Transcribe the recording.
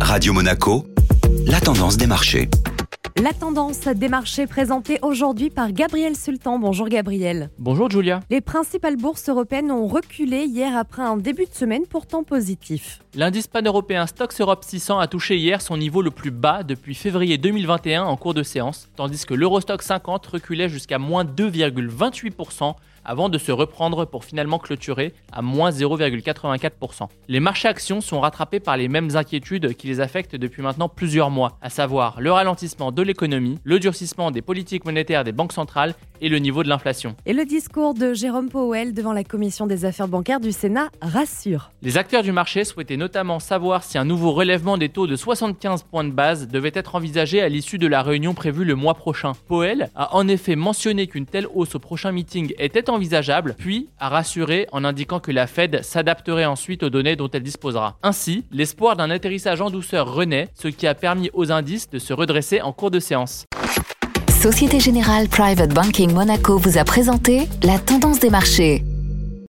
Radio Monaco, la tendance des marchés. La tendance des marchés présentée aujourd'hui par Gabriel Sultan. Bonjour Gabriel. Bonjour Julia. Les principales bourses européennes ont reculé hier après un début de semaine pourtant positif. L'indice pan-européen Stoxx Europe 600 a touché hier son niveau le plus bas depuis février 2021 en cours de séance, tandis que l'Eurostoxx 50 reculait jusqu'à moins 2,28% avant de se reprendre pour finalement clôturer à moins 0,84%. Les marchés actions sont rattrapés par les mêmes inquiétudes qui les affectent depuis maintenant plusieurs mois, à savoir le ralentissement de l'économie, le durcissement des politiques monétaires des banques centrales et le niveau de l'inflation. Et le discours de Jérôme Powell devant la commission des affaires bancaires du Sénat rassure. Les acteurs du marché souhaitaient notamment savoir si un nouveau relèvement des taux de 75 points de base devait être envisagé à l'issue de la réunion prévue le mois prochain. Powell a en effet mentionné qu'une telle hausse au prochain meeting était envisageable, puis a rassuré en indiquant que la Fed s'adapterait ensuite aux données dont elle disposera. Ainsi, l'espoir d'un atterrissage en douceur renaît, ce qui a permis aux indices de se redresser en cours de séance. Société Générale Private Banking Monaco vous a présenté la tendance des marchés.